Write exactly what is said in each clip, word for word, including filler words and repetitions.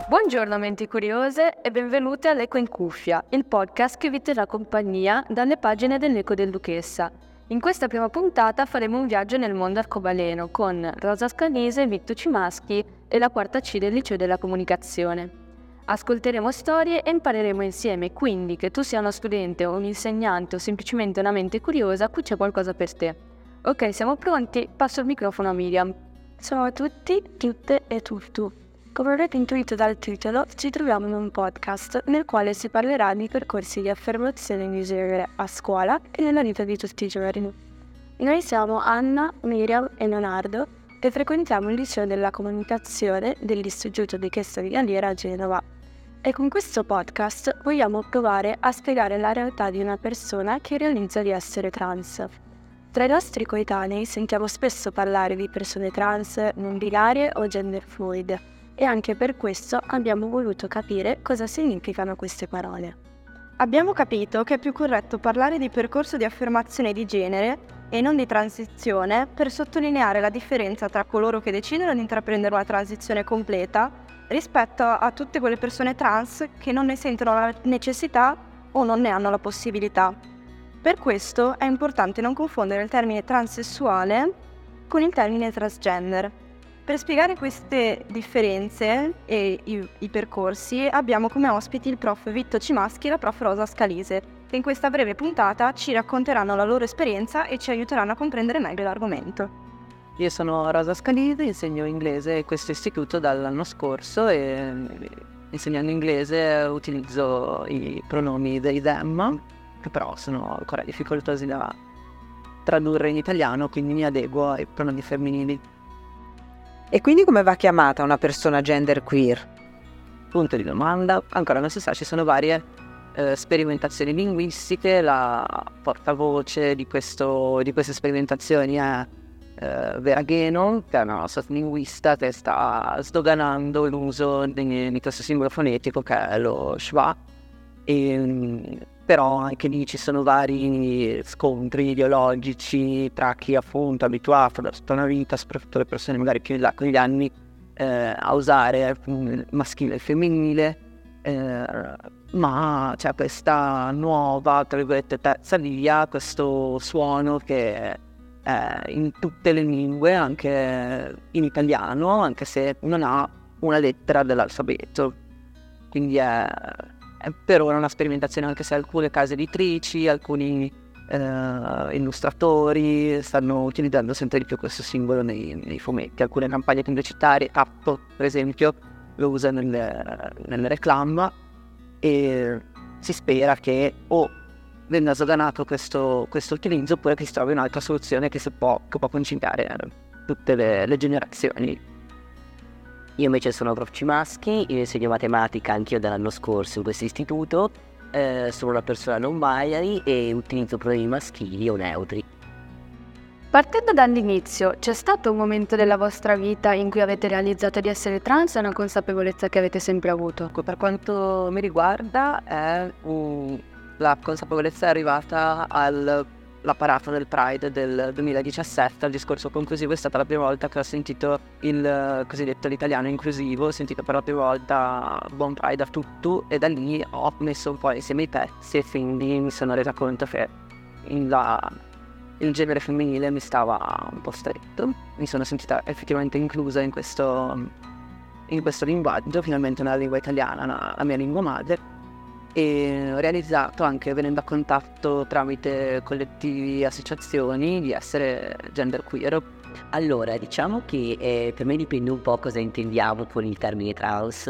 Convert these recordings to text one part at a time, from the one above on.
Buongiorno menti curiose e benvenute all'Eco in Cuffia, il podcast che vi terrà compagnia dalle pagine dell'Eco del Duchessa. In questa prima puntata faremo un viaggio nel mondo arcobaleno con Rosa Scalise, Vitto Cimaschi e la quarta C del Liceo della Comunicazione. Ascolteremo storie e impareremo insieme, quindi che tu sia uno studente o un insegnante o semplicemente una mente curiosa, qui c'è qualcosa per te. Ok, siamo pronti? Passo il microfono a Miriam. Ciao a tutti, tutte e tutto. Come avrete intuito dal titolo, ci troviamo in un podcast nel quale si parlerà di percorsi di affermazione di genere a scuola e nella vita di tutti i giorni. Noi siamo Anna, Miriam e Leonardo e frequentiamo il Liceo della Comunicazione dell'Istituto Duchessa di Galliera a Genova. E con questo podcast vogliamo provare a spiegare la realtà di una persona che realizza di essere trans. Tra i nostri coetanei sentiamo spesso parlare di persone trans, non binarie o gender fluid. E anche per questo abbiamo voluto capire cosa significano queste parole. Abbiamo capito che è più corretto parlare di percorso di affermazione di genere e non di transizione per sottolineare la differenza tra coloro che decidono di intraprendere una transizione completa rispetto a tutte quelle persone trans che non ne sentono la necessità o non ne hanno la possibilità. Per questo è importante non confondere il termine transessuale con il termine transgender. Per spiegare queste differenze e i, i percorsi abbiamo come ospiti il prof Vitto Cimaschi e la prof Rosa Scalise, che in questa breve puntata ci racconteranno la loro esperienza e ci aiuteranno a comprendere meglio l'argomento. Io sono Rosa Scalise, insegno inglese in questo istituto dall'anno scorso e insegnando inglese utilizzo i pronomi they, them, che però sono ancora difficoltosi da tradurre in italiano, quindi mi adeguo ai pronomi femminili. E quindi come va chiamata una persona genderqueer? Punto di domanda. Ancora non si sa, ci sono varie eh, sperimentazioni linguistiche. La portavoce di, questo, di queste sperimentazioni è eh, Vera Genon, che è una sociolinguista che sta sdoganando l'uso di, di questo simbolo fonetico che è lo schwa. E, però anche lì ci sono vari scontri ideologici tra chi appunto è abituato da tutta una vita, soprattutto le persone magari più in là con gli anni, eh, a usare il maschile e il femminile, eh, ma c'è questa nuova, tra virgolette, terza via, questo suono che è in tutte le lingue, anche in italiano, anche se non ha una lettera dell'alfabeto. Quindi è... È per ora una sperimentazione, anche se alcune case editrici, alcuni eh, illustratori stanno utilizzando sempre di più questo simbolo nei, nei fumetti. Alcune campagne pubblicitarie, Tappo per esempio, lo usa nelle, nelle reclame e si spera che o venga sdoganato questo, questo utilizzo oppure che si trovi un'altra soluzione che, si può, che può conciliare tutte le, le generazioni. Io invece sono prof Cimaschi, io insegno matematica anch'io dall'anno scorso in questo istituto, eh, sono una persona non binary e utilizzo pronomi maschili o neutri. Partendo dall'inizio, c'è stato un momento della vostra vita in cui avete realizzato di essere trans o è una consapevolezza che avete sempre avuto? Per quanto mi riguarda, è un, la consapevolezza è arrivata al... la parata del Pride del duemiladiciassette, al discorso conclusivo, è stata la prima volta che ho sentito il cosiddetto l'italiano inclusivo, ho sentito per la prima volta buon Pride a tutto e da lì ho messo un po' insieme i pezzi e quindi mi sono resa conto che la, il genere femminile mi stava un po' stretto, mi sono sentita effettivamente inclusa in questo, in questo linguaggio, finalmente una lingua italiana, una, la mia lingua madre. E ho realizzato anche venendo a contatto tramite collettivi e associazioni di essere genderqueer. Allora, diciamo che eh, per me dipende un po' cosa intendiamo con il termine trans.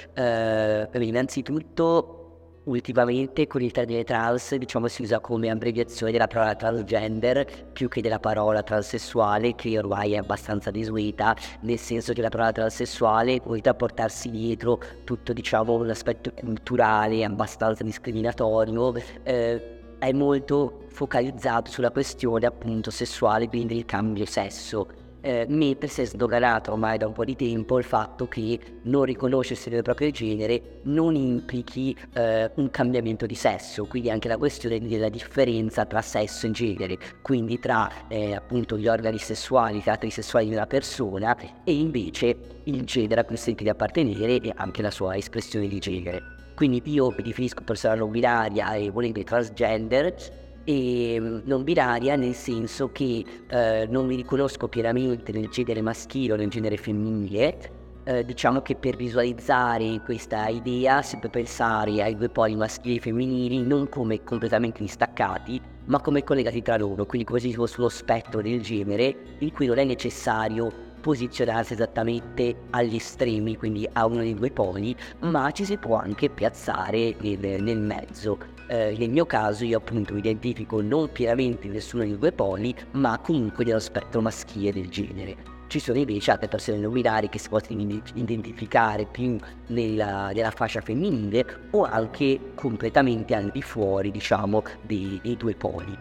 Eh, innanzitutto, ultimamente con il termine trans diciamo si usa come abbreviazione della parola transgender più che della parola transessuale, che ormai è abbastanza desueta, nel senso che la parola transessuale, oltre a portarsi dietro tutto diciamo un aspetto culturale abbastanza discriminatorio, eh, è molto focalizzato sulla questione appunto sessuale, quindi il cambio sesso. eh, mentre si è sdoganato ormai da un po' di tempo il fatto che non riconoscersi del proprio genere non implichi eh, un cambiamento di sesso, quindi anche la questione della differenza tra sesso e genere, quindi tra eh, appunto gli organi sessuali, i caratteri sessuali di una persona e invece il genere a cui sente di appartenere e anche la sua espressione di genere. Quindi io mi definisco persona non binaria e volendo transgender, e non binaria nel senso che eh, non mi riconosco pienamente nel genere maschile o nel genere femminile. Eh, diciamo che per visualizzare questa idea si può pensare ai due poli maschili e femminili non come completamente distaccati, ma come collegati tra loro, quindi come se fosse sullo spettro del genere in cui non è necessario posizionarsi esattamente agli estremi, quindi a uno dei due poli, ma ci si può anche piazzare nel, nel mezzo. Eh, nel mio caso io appunto mi identifico non pienamente in nessuno dei due poli, ma comunque nello spettro maschile del genere. Ci sono invece altre persone non binarie che si possono identificare più nella, nella fascia femminile o anche completamente al di fuori, diciamo, dei, dei due poli.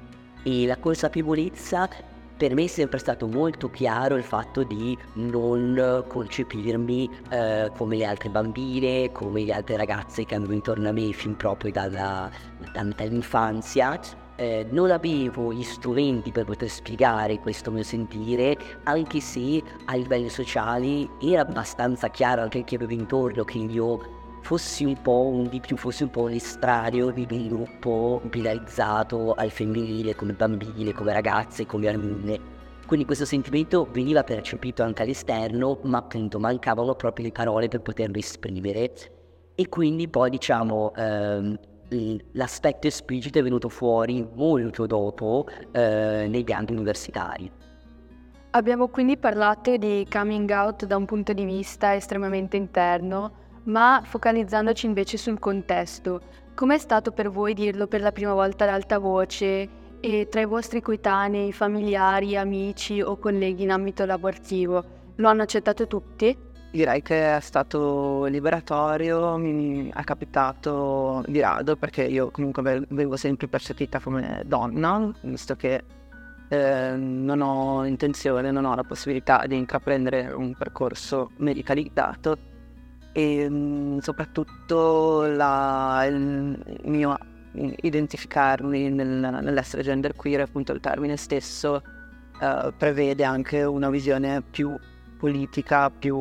E la consapevolezza, per me è sempre stato molto chiaro il fatto di non concepirmi eh, come le altre bambine, come le altre ragazze che hanno intorno a me fin proprio dalla, da, dall'infanzia. Eh, non avevo gli strumenti per poter spiegare questo mio sentire, anche se a livelli sociali era abbastanza chiaro anche a chi avevo intorno che io fossi un po' un di più, fossi un po' l'estraneo di un gruppo binarizzato al femminile, come bambine, come ragazze, come alunne. Quindi questo sentimento veniva percepito anche all'esterno, ma appunto mancavano proprio le parole per poterlo esprimere. E quindi poi diciamo ehm, l'aspetto esplicito è venuto fuori molto dopo eh, negli anni universitari. Abbiamo quindi parlato di coming out da un punto di vista estremamente interno, ma focalizzandoci invece sul contesto. Com'è stato per voi dirlo per la prima volta ad alta voce e tra i vostri coetanei, familiari, amici o colleghi in ambito lavorativo? Lo hanno accettato tutti? Direi che è stato liberatorio, mi è capitato di rado perché io comunque vengo sempre percepita come donna, visto che eh, non ho intenzione, non ho la possibilità di intraprendere un percorso medicalizzato. E mh, soprattutto la, il mio identificarmi nel, nell'essere genderqueer, appunto il termine stesso uh, prevede anche una visione più politica, più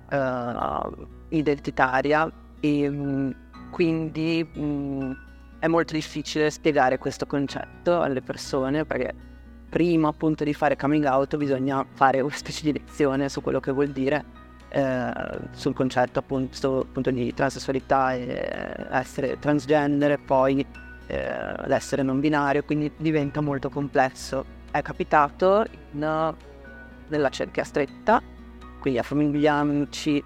uh, identitaria e mh, quindi mh, è molto difficile spiegare questo concetto alle persone perché prima appunto di fare coming out bisogna fare una specie di lezione su quello che vuol dire. Eh, sul concetto appunto, appunto di transessualità e essere transgender e poi eh, l'essere non binario, quindi diventa molto complesso. È capitato in, nella cerchia stretta, quindi a famiglia, amici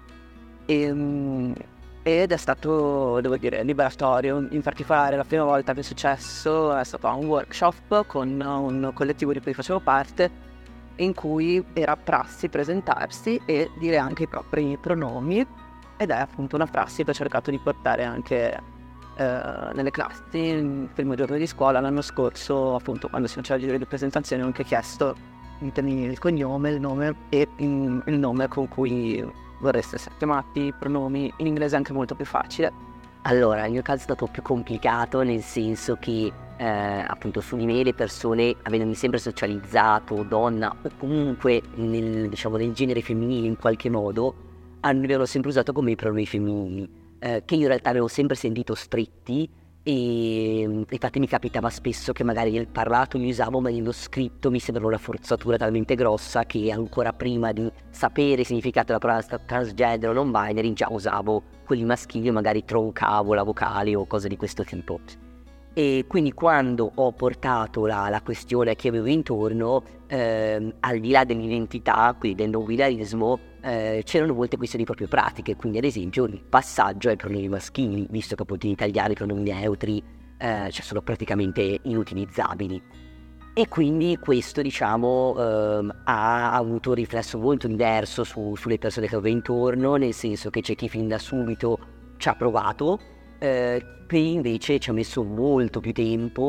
e, ed è stato, devo dire, liberatorio. In particolare la prima volta che è successo è stato a un workshop con un collettivo di cui facevo parte, in cui era prassi presentarsi e dire anche i propri pronomi, ed è appunto una prassi che ho cercato di portare anche eh, nelle classi. Il primo giorno di scuola l'anno scorso, appunto quando si faceva il giro di presentazione, ho anche chiesto il cognome, il nome e in, il nome con cui vorreste essere chiamati, i pronomi in inglese è anche molto più facile. Allora, il mio caso è stato più complicato, nel senso che eh, appunto su di me le persone, avendomi sempre socializzato donna o comunque nel, diciamo, nel genere femminile in qualche modo, hanno sempre usato come i pronomi femminili, eh, che io in realtà avevo sempre sentito stretti e infatti mi capitava spesso che magari nel parlato mi usavo, ma nello scritto mi sembrava una forzatura talmente grossa che ancora prima di sapere il significato della parola transgender o non binary già usavo quelli maschili e magari troncavo la vocale o cose di questo tipo. E quindi quando ho portato la, la questione che avevo intorno, ehm, al di là dell'identità, quindi del non binarismo, eh, c'erano molte questioni proprio pratiche, quindi ad esempio il passaggio ai pronomi maschili, visto che appunto in italiano i pronomi neutri eh, cioè sono praticamente inutilizzabili. E quindi questo, diciamo, ehm, ha avuto un riflesso molto diverso su, sulle persone che avevo intorno, nel senso che c'è chi fin da subito ci ha provato, eh, che invece ci ha messo molto più tempo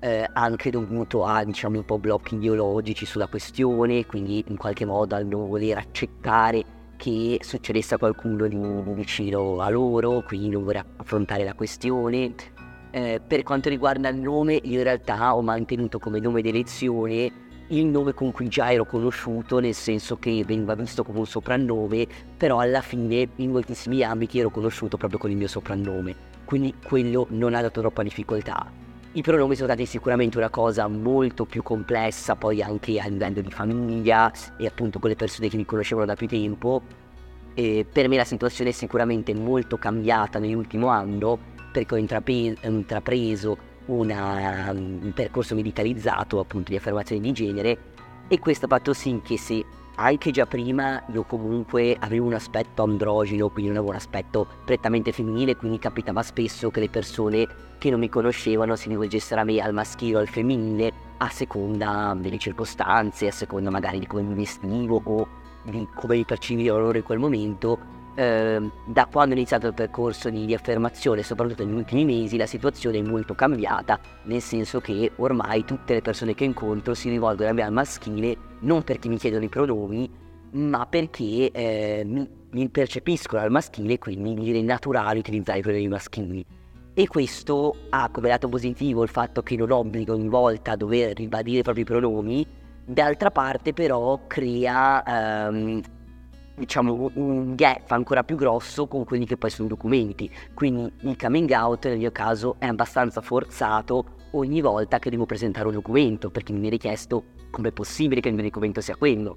eh, anche dovuto a, diciamo, un po' blocchi ideologici sulla questione, quindi in qualche modo al non voler accettare che succedesse a qualcuno di, di vicino a loro, quindi non voler affrontare la questione. Eh, per quanto riguarda il nome, io in realtà ho mantenuto come nome d'elezione il nome con cui già ero conosciuto, nel senso che veniva visto come un soprannome, però alla fine in moltissimi ambiti ero conosciuto proprio con il mio soprannome, quindi quello non ha dato troppa difficoltà. I pronomi sono stati sicuramente una cosa molto più complessa, poi anche a livello di famiglia e appunto con le persone che mi conoscevano da più tempo. E per me la situazione è sicuramente molto cambiata nell'ultimo anno, perché ho intrape- intrapreso una, un percorso medicalizzato appunto di affermazione di genere, e questo ha fatto sì che se anche già prima io comunque avevo un aspetto androgino, quindi non avevo un aspetto prettamente femminile, quindi capitava spesso che le persone che non mi conoscevano si rivolgessero a me al maschile o al femminile a seconda delle circostanze, a seconda magari di come mi vestivo o di come mi percepivo loro in quel momento. Eh, da quando ho iniziato il percorso di, di affermazione, soprattutto negli ultimi mesi, la situazione è molto cambiata, nel senso che ormai tutte le persone che incontro si rivolgono a me al maschile, non perché mi chiedono i pronomi, ma perché eh, mi, mi percepiscono al maschile, quindi mi viene naturale utilizzare i pronomi maschili. E questo ha come lato positivo il fatto che non obbligo ogni volta a dover ribadire i propri pronomi, d'altra parte però crea ehm, diciamo un gap ancora più grosso con quelli che poi sono i documenti, quindi il coming out nel mio caso è abbastanza forzato ogni volta che devo presentare un documento, perché mi viene chiesto come è possibile che il mio documento sia quello.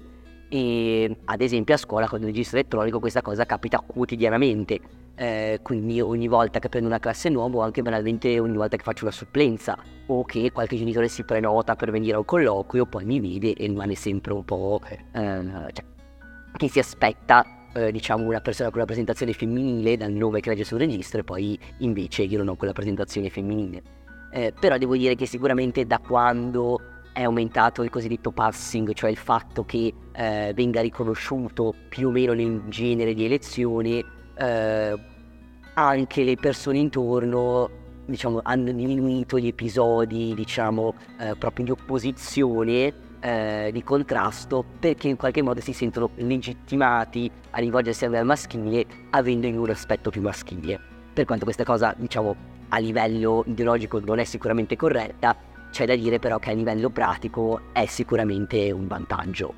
E ad esempio a scuola con il registro elettronico questa cosa capita quotidianamente, eh, quindi ogni volta che prendo una classe nuova o anche banalmente ogni volta che faccio una supplenza o che qualche genitore si prenota per venire a un colloquio, poi mi vede e rimane sempre un po' eh, cioè, che si aspetta eh, diciamo una persona con una presentazione femminile dal nome che legge sul registro, e poi invece io non ho quella presentazione femminile. Eh, però devo dire che sicuramente da quando è aumentato il cosiddetto passing, cioè il fatto che eh, venga riconosciuto più o meno nel genere di elezione, eh, anche le persone intorno, diciamo, hanno diminuito gli episodi, diciamo, eh, proprio di opposizione, eh, di contrasto, perché in qualche modo si sentono legittimati a rivolgersi al maschile avendo in un aspetto più maschile. Per quanto questa cosa, diciamo, a livello ideologico non è sicuramente corretta, c'è da dire però che a livello pratico è sicuramente un vantaggio.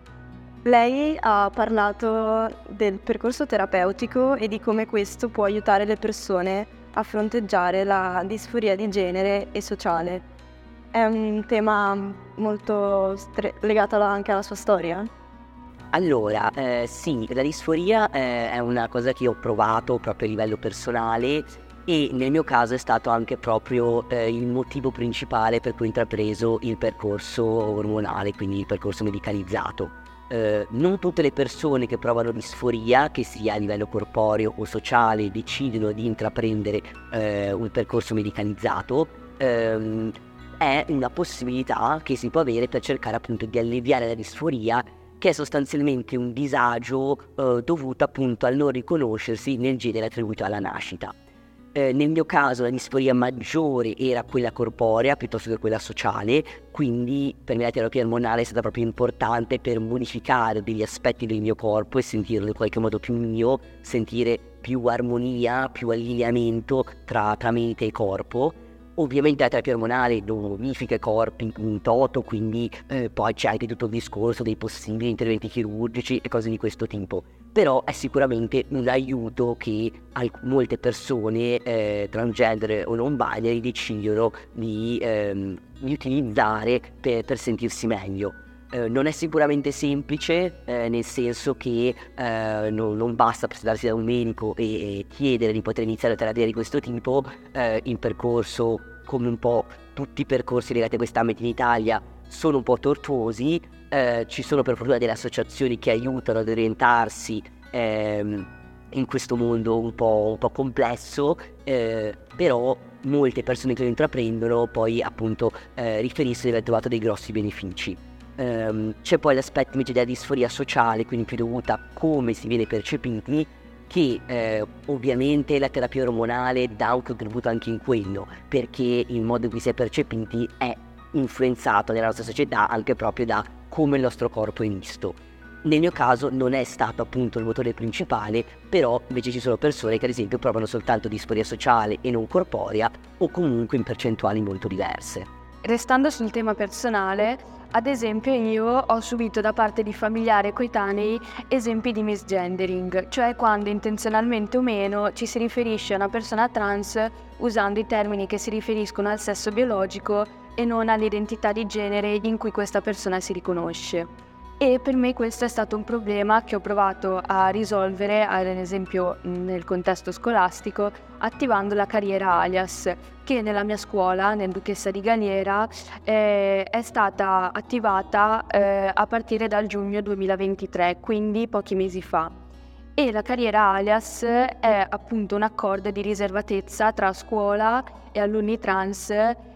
Lei ha parlato del percorso terapeutico e di come questo può aiutare le persone a fronteggiare la disforia di genere e sociale. È un tema molto stre- legato anche alla sua storia? Allora, eh, sì, la disforia eh, è una cosa che ho provato proprio a livello personale, e nel mio caso è stato anche proprio eh, il motivo principale per cui ho intrapreso il percorso ormonale, quindi il percorso medicalizzato. Eh, non tutte le persone che provano disforia, che sia a livello corporeo o sociale, decidono di intraprendere eh, un percorso medicalizzato. Ehm, è una possibilità che si può avere per cercare appunto di alleviare la disforia, che è sostanzialmente un disagio eh, dovuto appunto al non riconoscersi nel genere attribuito alla nascita. Eh, nel mio caso la disforia maggiore era quella corporea piuttosto che quella sociale, quindi per me la terapia ormonale è stata proprio importante per modificare degli aspetti del mio corpo e sentirlo in qualche modo più mio, sentire più armonia, più allineamento tra, tra mente e corpo. Ovviamente la terapia ormonale non modifica i corpi in toto, quindi eh, poi c'è anche tutto il discorso dei possibili interventi chirurgici e cose di questo tipo, però è sicuramente un aiuto che alc- molte persone eh, transgender o non binary decidono di, ehm, di utilizzare per, per sentirsi meglio. Eh, non è sicuramente semplice, eh, nel senso che eh, non, non basta presentarsi da un medico e, e chiedere di poter iniziare una terapia di questo tipo. Eh, il percorso, come un po' tutti i percorsi legati a quest'ambito in Italia, sono un po' tortuosi. Eh, ci sono per fortuna delle associazioni che aiutano ad orientarsi ehm, in questo mondo un po', un po' complesso, eh, però molte persone che lo intraprendono poi appunto eh, riferiscono di aver trovato dei grossi benefici. Um, c'è poi l'aspetto invece della disforia sociale, quindi più dovuta a come si viene percepiti, che eh, ovviamente la terapia ormonale dà un contributo anche in quello, perché il modo in cui si è percepiti è influenzato nella nostra società anche proprio da come il nostro corpo è visto. Nel mio caso non è stato appunto il motore principale, però invece ci sono persone che ad esempio provano soltanto disforia sociale e non corporea, o comunque in percentuali molto diverse. Restando sul tema personale, ad esempio io ho subito da parte di familiari e coetanei esempi di misgendering, cioè quando intenzionalmente o meno ci si riferisce a una persona trans usando i termini che si riferiscono al sesso biologico e non all'identità di genere in cui questa persona si riconosce. E per me questo è stato un problema che ho provato a risolvere, ad esempio nel contesto scolastico, attivando la carriera alias, che nella mia scuola, nel Duchessa di Galliera, eh, è stata attivata eh, a partire dal giugno duemilaventitré, quindi pochi mesi fa. E la carriera alias è appunto un accordo di riservatezza tra scuola e alunni trans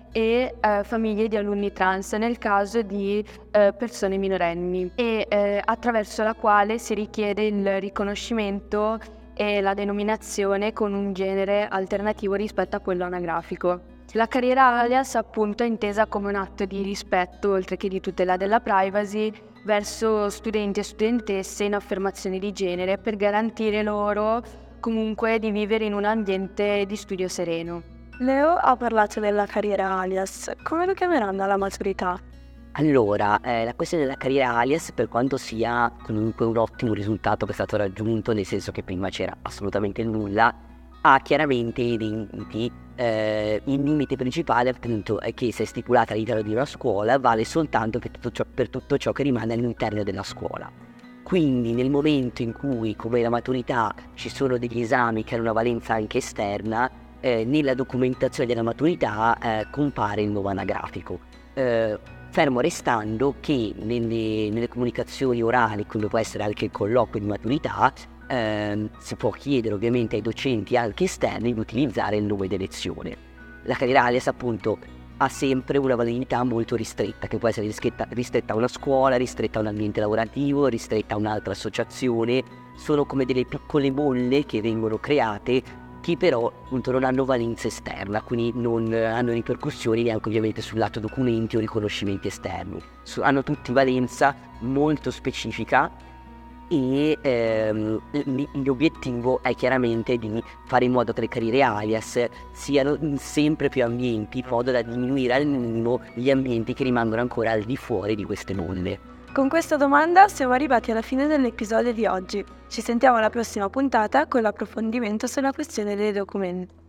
e eh, famiglie di alunni trans nel caso di eh, persone minorenni, e eh, attraverso la quale si richiede il riconoscimento e la denominazione con un genere alternativo rispetto a quello anagrafico. La carriera alias appunto è intesa come un atto di rispetto, oltre che di tutela della privacy, verso studenti e studentesse in affermazioni di genere, per garantire loro comunque di vivere in un ambiente di studio sereno. Leo ha parlato della carriera alias, come lo chiameranno alla maturità? Allora, eh, la questione della carriera alias, per quanto sia comunque un ottimo risultato che è stato raggiunto, nel senso che prima c'era assolutamente nulla, ha chiaramente i limiti. Eh, il limite principale appunto è che se è stipulata all'interno di una scuola vale soltanto per tutto ciò, per tutto ciò che rimane all'interno della scuola. Quindi nel momento in cui, come la maturità, ci sono degli esami che hanno una valenza anche esterna, eh, nella documentazione della maturità eh, compare il nome anagrafico. Eh, fermo restando che nelle, nelle comunicazioni orali, come può essere anche il colloquio di maturità, ehm, si può chiedere ovviamente ai docenti anche esterni di utilizzare il nome d'elezione. La carriera alias appunto ha sempre una validità molto ristretta, che può essere ristretta, ristretta a una scuola, ristretta a un ambiente lavorativo, ristretta a un'altra associazione. Sono come delle piccole bolle che vengono create, che però appunto non hanno valenza esterna, quindi non hanno ripercussioni neanche ovviamente sul lato documenti o riconoscimenti esterni. So, hanno tutti valenza molto specifica e ehm, l'obiettivo è chiaramente di fare in modo che le carriere alias siano in sempre più ambienti, in modo da diminuire al minimo gli ambienti che rimangono ancora al di fuori di queste bolle. Con questa domanda siamo arrivati alla fine dell'episodio di oggi. Ci sentiamo alla prossima puntata con l'approfondimento sulla questione dei documenti.